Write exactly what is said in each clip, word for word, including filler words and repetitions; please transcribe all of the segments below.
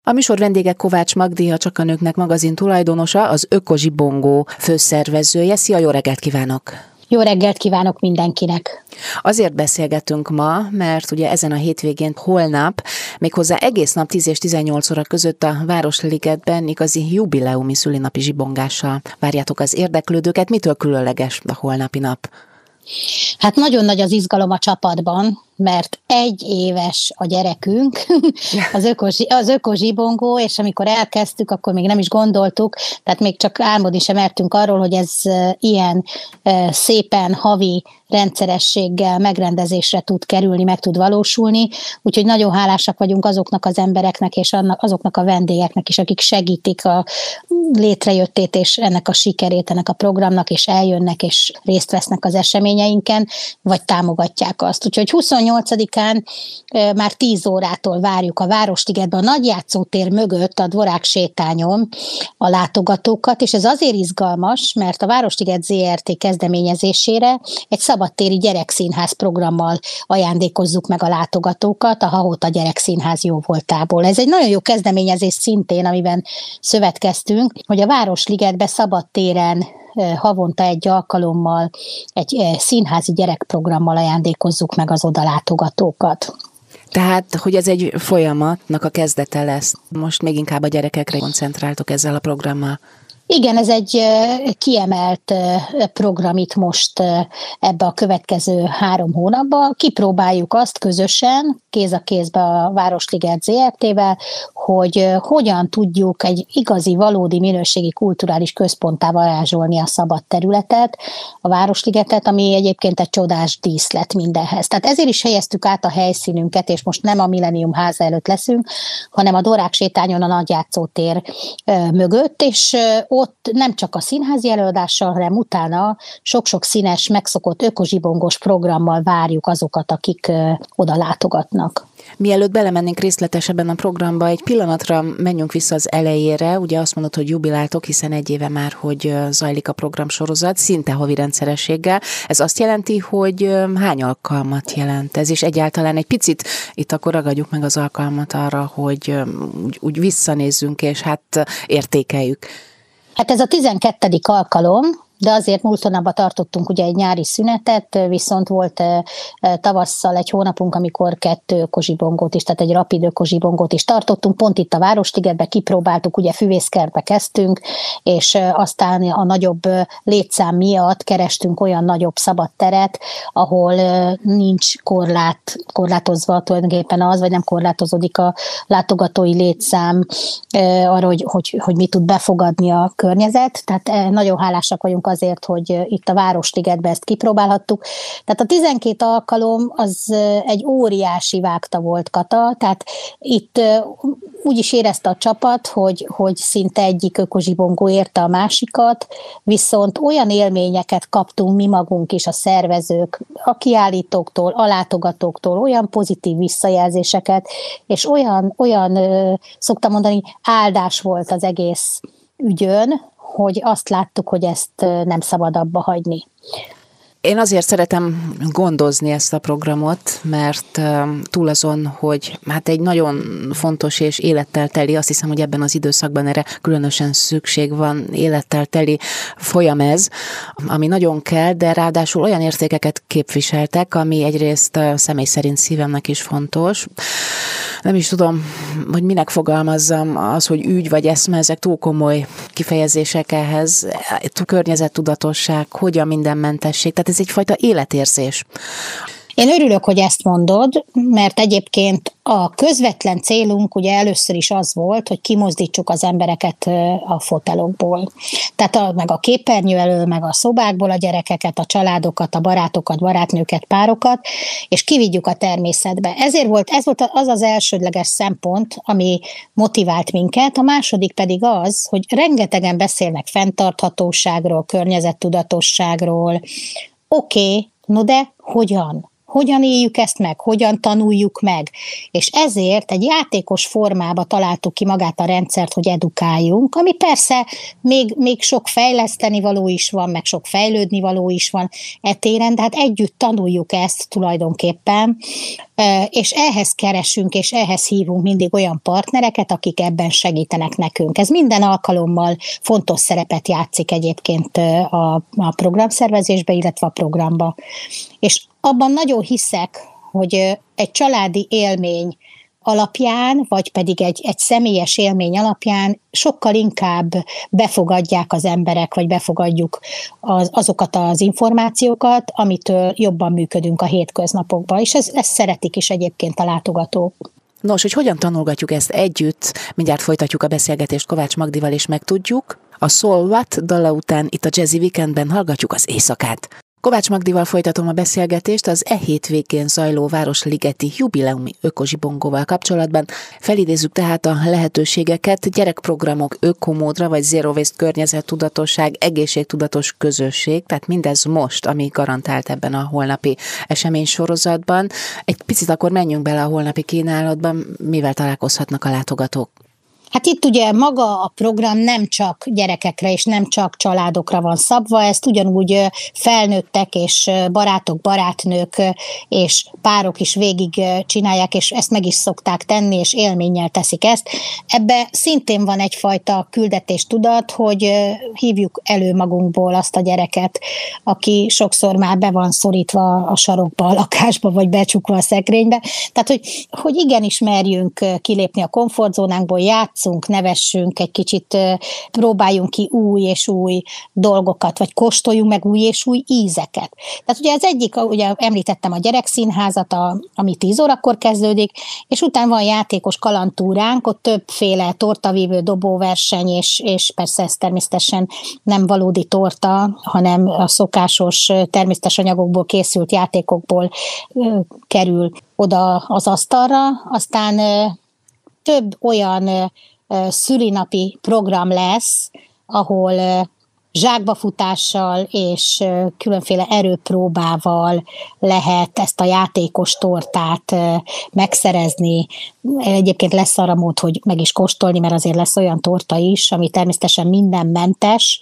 A műsor vendége Kovács Magdi, a Csak a nőknek magazin tulajdonosa, az Ökozsibongó főszervezője. Szia, jó reggelt kívánok! Jó reggelt kívánok mindenkinek! Azért beszélgetünk ma, mert ugye ezen a hétvégén holnap, méghozzá egész nap tíz és tizennyolc óra között a Városligetben igazi jubileumi szülinapi zsibongással várjátok az érdeklődőket. Mitől különleges a holnapi nap? Hát nagyon nagy az izgalom a csapatban, mert egy éves a gyerekünk, az, ökozsi, az ökozsibongó, és amikor elkezdtük, akkor még nem is gondoltuk, tehát még csak álmodni sem mertünk arról, hogy ez ilyen szépen havi rendszerességgel megrendezésre tud kerülni, meg tud valósulni, úgyhogy nagyon hálásak vagyunk azoknak az embereknek és azoknak a vendégeknek is, akik segítik a létrejöttét és ennek a sikerét, ennek a programnak, és eljönnek és részt vesznek az eseményeinken, vagy támogatják azt. Úgyhogy huszonnyolcadikán már tíz órától várjuk a Városligetben, a nagyjátszótér mögött a Dvorák sétányon a látogatókat, és ez azért izgalmas, mert a Városliget zé er té kezdeményezésére egy szabadtéri gyerekszínház programmal ajándékozzuk meg a látogatókat, a Hahota Gyerekszínház jóvoltából. Ez egy nagyon jó kezdeményezés szintén, amiben szövetkeztünk, hogy a Városligetbe szabadtéren havonta egy alkalommal egy színházi gyerekprogrammal ajándékozzuk meg az odalátogatókat. Tehát, hogy ez egy folyamatnak a kezdete lesz. Most még inkább a gyerekekre koncentráltok ezzel a programmal. Igen, ez egy kiemelt program itt most ebbe a következő három hónapban. Kipróbáljuk azt közösen, kéz a kézbe a Városliget zé er té-vel, hogy hogyan tudjuk egy igazi, valódi minőségi kulturális központtá varázsolni a szabad területet, a Városligetet, ami egyébként egy csodás díszlet mindenhez. Tehát ezért is helyeztük át a helyszínünket, és most nem a Millennium háza előtt leszünk, hanem a Dvorák sétányon a nagyjátszótér mögött, és ott nem csak a színházi előadással, hanem utána sok-sok színes, megszokott ökozsibongos programmal várjuk azokat, akik oda látogatnak. Mielőtt belemennénk részletesebben a programba, egy pillanatra menjünk vissza az elejére. Ugye azt mondod, hogy jubiláltok, hiszen egy éve már, hogy zajlik a programsorozat, szinte havi rendszerességgel. Ez azt jelenti, hogy hány alkalmat jelent ez, és egyáltalán egy picit itt akkor ragadjuk meg az alkalmat arra, hogy úgy, úgy visszanézzünk, és hát értékeljük. Hát ez a tizenkettedik alkalom, de azért múlt hónapban tartottunk ugye egy nyári szünetet, viszont volt tavasszal egy hónapunk, amikor kettő ökozsibongót is, tehát egy rapid ökozsibongót is tartottunk, pont itt a Városligetben kipróbáltuk, ugye füvészkertbe kezdtünk, és aztán a nagyobb létszám miatt kerestünk olyan nagyobb szabad teret, ahol nincs korlát, korlátozva tulajdonképpen az, vagy nem korlátozódik a látogatói létszám arra, hogy, hogy, hogy mi tud befogadni a környezet, tehát nagyon hálásak vagyunk azért, hogy itt a Városligetben ezt kipróbálhattuk. Tehát a tizenkét alkalom az egy óriási vágta volt, Kata, tehát itt úgy is érezte a csapat, hogy, hogy szinte egyik ökozsibongó érte a másikat, viszont olyan élményeket kaptunk mi magunk is, a szervezők, a kiállítóktól, a látogatóktól, olyan pozitív visszajelzéseket, és olyan, olyan szoktam mondani, áldás volt az egész ügyön, hogy azt láttuk, hogy ezt nem szabad abba hagyni. Én azért szeretem gondozni ezt a programot, mert túl azon, hogy hát egy nagyon fontos és élettel teli, azt hiszem, hogy ebben az időszakban erre különösen szükség van, élettel teli folyam ez, ami nagyon kell, de ráadásul olyan értékeket képviseltek, ami egyrészt személy szerint szívemnek is fontos. Nem is tudom, hogy minek fogalmazzam, az, hogy ügy vagy eszme, ezek túl komoly kifejezések ehhez, környezettudatosság, hogy a mindenmentesség, tehát ez egyfajta életérzés. Én örülök, hogy ezt mondod, mert egyébként a közvetlen célunk ugye először is az volt, hogy kimozdítsuk az embereket a fotelokból. Tehát a, meg a képernyő elől, meg a szobákból a gyerekeket, a családokat, a barátokat, barátnőket, párokat, és kivigyük a természetbe. Ezért volt, ez volt az az elsődleges szempont, ami motivált minket, a második pedig az, hogy rengetegen beszélnek fenntarthatóságról, környezettudatosságról. Oké, okay, no de hogyan? hogyan éljük ezt meg, hogyan tanuljuk meg. És ezért egy játékos formába találtuk ki magát a rendszert, hogy edukáljunk, ami persze még, még sok fejleszteni való is van, meg sok fejlődni való is van e téren, de hát együtt tanuljuk ezt tulajdonképpen, és ehhez keresünk, és ehhez hívunk mindig olyan partnereket, akik ebben segítenek nekünk. Ez minden alkalommal fontos szerepet játszik egyébként a, a programszervezésbe, illetve a programba. És abban nagyon hiszek, hogy egy családi élmény alapján, vagy pedig egy, egy személyes élmény alapján sokkal inkább befogadják az emberek, vagy befogadjuk az, azokat az információkat, amitől jobban működünk a hétköznapokban, és ez, ezt szeretik is egyébként a látogatók. Nos, hogy hogyan tanulgatjuk ezt együtt, mindjárt folytatjuk a beszélgetést Kovács Magdival, és megtudjuk. A Soul What dala után itt a Jazzy Weekendben hallgatjuk az éjszakát. Kovács Magdival folytatom a beszélgetést az e hétvégén zajló Városligeti jubileumi ökozsibongóval kapcsolatban. Felidézzük tehát a lehetőségeket, gyerekprogramok, ökomódra vagy zero waste környezettudatosság, egészségtudatos közösség, tehát mindez most, ami garantált ebben a holnapi eseménysorozatban. Egy picit akkor menjünk bele a holnapi kínálatban, mivel találkozhatnak a látogatók. Hát itt ugye maga a program nem csak gyerekekre és nem csak családokra van szabva, ezt ugyanúgy felnőttek és barátok, barátnők és párok is végig csinálják, és ezt meg is szokták tenni, és élménnyel teszik ezt. Ebbe szintén van egyfajta küldetéstudat, hogy hívjuk elő magunkból azt a gyereket, aki sokszor már be van szorítva a sarokba, a lakásba, vagy becsukva a szekrénybe. Tehát, hogy, hogy igenis merjünk kilépni a komfortzónánkból, játszunk, nevessünk egy kicsit, próbáljunk ki új és új dolgokat, vagy kóstoljunk meg új és új ízeket. Tehát ugye az egyik, ugye említettem a gyerekszínházat, a, ami tíz órakor kezdődik, és utána van játékos kalandtúránk, ott többféle tortavívő, dobóverseny, és, és persze ez természetesen nem valódi torta, hanem a szokásos természetes anyagokból készült játékokból ö, kerül oda az asztalra, aztán ö, több olyan szülinapi program lesz, ahol zsákbafutással és különféle erőpróbával lehet ezt a játékos tortát megszerezni. Egyébként lesz arra mód, hogy meg is kóstolni, mert azért lesz olyan torta is, ami természetesen mindenmentes,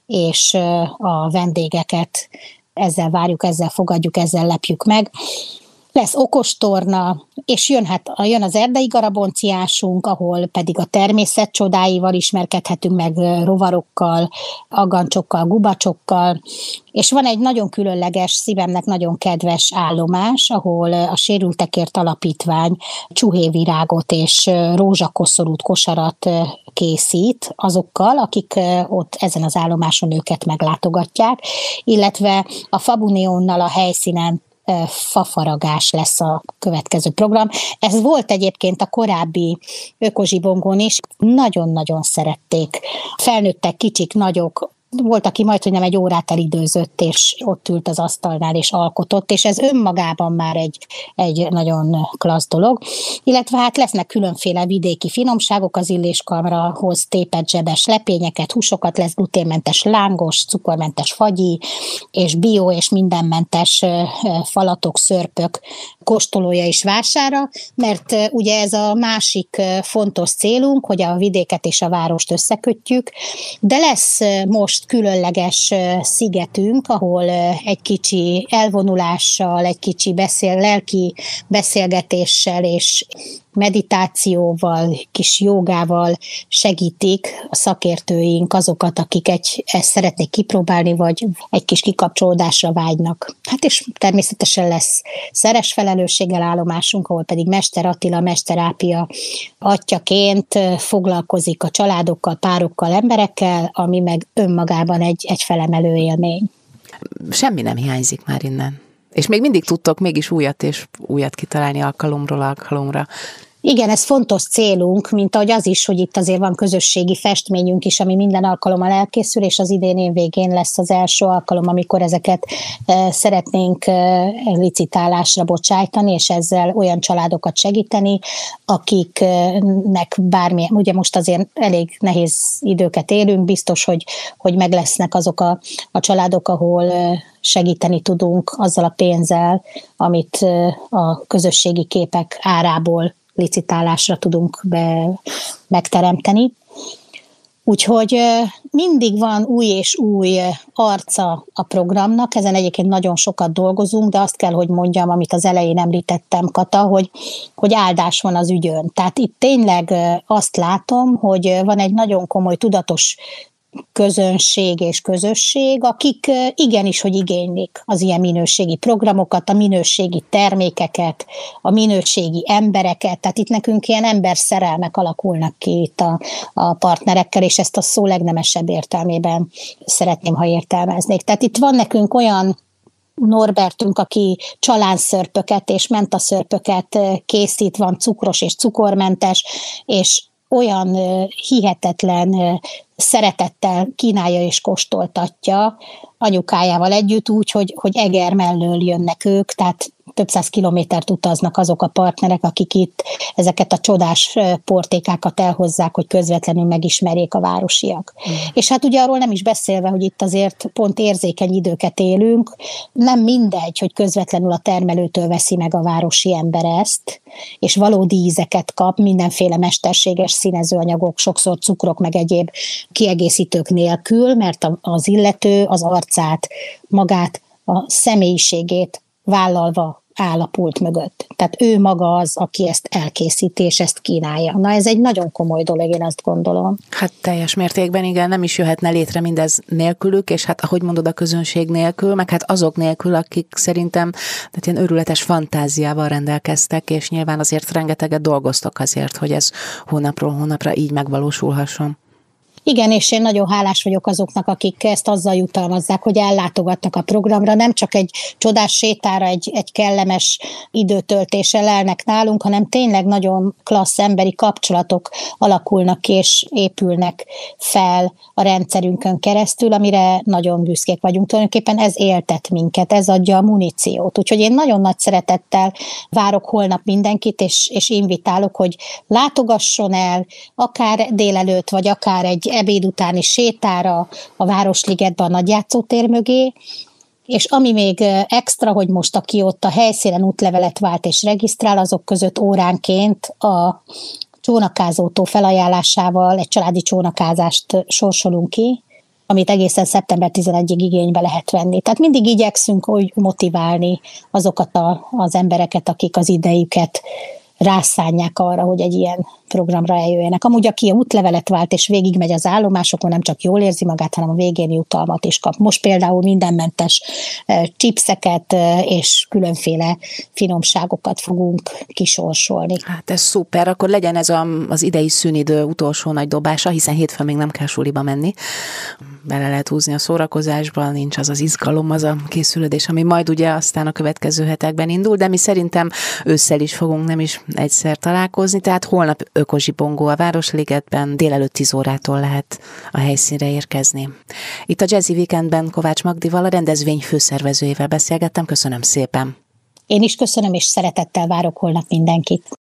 és a vendégeket ezzel várjuk, ezzel fogadjuk, ezzel lepjük meg. Lesz okostorna, és jön, hát, jön az erdei garabonciásunk, ahol pedig a természet csodáival ismerkedhetünk meg, rovarokkal, agancsokkal, gubacsokkal, és van egy nagyon különleges, szívemnek nagyon kedves állomás, ahol a Sérültekért Alapítvány csuhévirágot és rózsakoszorút, kosarat készít azokkal, akik ott ezen az állomáson őket meglátogatják, illetve a Fabuniónnal a helyszínen fafaragás lesz a következő program. Ez volt egyébként a korábbi ökozsibongón is, nagyon-nagyon szerették. Felnőttek, kicsik, nagyok, volt, aki majd, hogy nem egy órát elidőzött, és ott ült az asztalnál, és alkotott, és ez önmagában már egy, egy nagyon klassz dolog. Illetve hát lesznek különféle vidéki finomságok, az Illéskamrahoz tépett zsebes lepényeket, húsokat, lesz gluténmentes lángos, cukormentes fagyi, és bio és mindenmentes falatok, szörpök kóstolója is vására, mert ugye ez a másik fontos célunk, hogy a vidéket és a várost összekötjük, de lesz most különleges szigetünk, ahol egy kicsi elvonulással, egy kicsi beszél, lelki beszélgetéssel és meditációval, kis jogával segítik a szakértőink azokat, akik egy, ezt szeretnék kipróbálni, vagy egy kis kikapcsolódásra vágynak. Hát és természetesen lesz szeres felelősséggel állomásunk, ahol pedig Mester Attila meszterápia atyaként foglalkozik a családokkal, párokkal, emberekkel, ami meg önmagában egy, egy felemelő élmény. Semmi nem hiányzik már innen. És még mindig tudtok mégis újat és újat kitalálni alkalomról alkalomra. Igen, ez fontos célunk, mint ahogy az is, hogy itt azért van közösségi festményünk is, ami minden alkalommal elkészül, és az idén év végén lesz az első alkalom, amikor ezeket e, szeretnénk e, licitálásra bocsájtani, és ezzel olyan családokat segíteni, akiknek bármilyen, ugye most azért elég nehéz időket élünk, biztos, hogy, hogy meg lesznek azok a, a családok, ahol e, segíteni tudunk azzal a pénzzel, amit e, a közösségi képek árából licitálásra tudunk be, megteremteni. Úgyhogy mindig van új és új arca a programnak, ezen egyébként nagyon sokat dolgozunk, de azt kell, hogy mondjam, amit az elején említettem, Kata, hogy, hogy áldás van az ügyön. Tehát itt tényleg azt látom, hogy van egy nagyon komoly tudatos közönség és közösség, akik igenis, hogy igénylik az ilyen minőségi programokat, a minőségi termékeket, a minőségi embereket, tehát itt nekünk ilyen emberszerelmek alakulnak ki itt a, a partnerekkel, és ezt a szó legnemesebb értelmében szeretném, ha értelmeznék. Tehát itt van nekünk olyan Norbertünk, aki csalánszörpöket és mentaszörpöket készít, van cukros és cukormentes, és olyan hihetetlen szeretettel kínálja és kóstoltatja anyukájával együtt úgy, hogy, hogy Eger mellől jönnek ők, tehát több száz kilométert utaznak azok a partnerek, akik itt ezeket a csodás portékákat elhozzák, hogy közvetlenül megismerjék a városiak. Mm. És hát ugye arról nem is beszélve, hogy itt azért pont érzékeny időket élünk, nem mindegy, hogy közvetlenül a termelőtől veszi meg a városi ember ezt, és valódi ízeket kap, mindenféle mesterséges színezőanyagok, sokszor cukrok, meg egyéb kiegészítők nélkül, mert az illető az arcát, magát, a személyiségét vállalva áll a pult mögött. Tehát ő maga az, aki ezt elkészíti, és ezt kínálja. Na ez egy nagyon komoly dolog, én azt gondolom. Hát teljes mértékben, igen, nem is jöhetne létre mindez nélkülük, és hát ahogy mondod, a közönség nélkül, meg hát azok nélkül, akik szerintem tehát ilyen őrületes fantáziával rendelkeztek, és nyilván azért rengeteget dolgoztak azért, hogy ez hónapról hónapra így megvalósulhasson. Igen, és én nagyon hálás vagyok azoknak, akik ezt azzal jutalmazzák, hogy ellátogatnak a programra, nem csak egy csodás sétára, egy, egy kellemes időtöltéssel lelnek nálunk, hanem tényleg nagyon klassz emberi kapcsolatok alakulnak és épülnek fel a rendszerünkön keresztül, amire nagyon büszkék vagyunk. Tulajdonképpen ez éltet minket, ez adja a muníciót. Úgyhogy én nagyon nagy szeretettel várok holnap mindenkit, és, és invitálok, hogy látogasson el, akár délelőtt, vagy akár egy ebéd utáni sétára a Városligetben a nagyjátszótér mögé, és ami még extra, hogy most aki ott a helyszínen útlevelet vált és regisztrál, azok között óránként a csónakázótó felajánlásával egy családi csónakázást sorsolunk ki, amit egészen szeptember tizenegyedikéig igénybe lehet venni. Tehát mindig igyekszünk úgy motiválni azokat a, az embereket, akik az idejüket rászánják arra, hogy egy ilyen programra eljöjjenek. Amúgy aki a útlevelet vált és végigmegy az állomásokon, nem csak jól érzi magát, hanem a végén jutalmat is kap. Most például mindenmentes chipseket és különféle finomságokat fogunk kisorsolni. Hát ez szuper, akkor legyen ez a, az idei szünidő utolsó nagy dobása, hiszen hétfőn még nem kell suliba menni. Bele lehet húzni a szórakozásban, nincs az az izgalom, az a készülődés, ami majd ugye aztán a következő hetekben indul, de mi szerintem ősszel is fogunk nem is egyszer találkozni, tehát holnap ökozsibongó a Városligetben, délelőtt tíz órától lehet a helyszínre érkezni. Itt a Jazzy Weekendben Kovács Magdival, a rendezvény főszervezőjével beszélgettem, köszönöm szépen. Én is köszönöm, és szeretettel várok holnap mindenkit.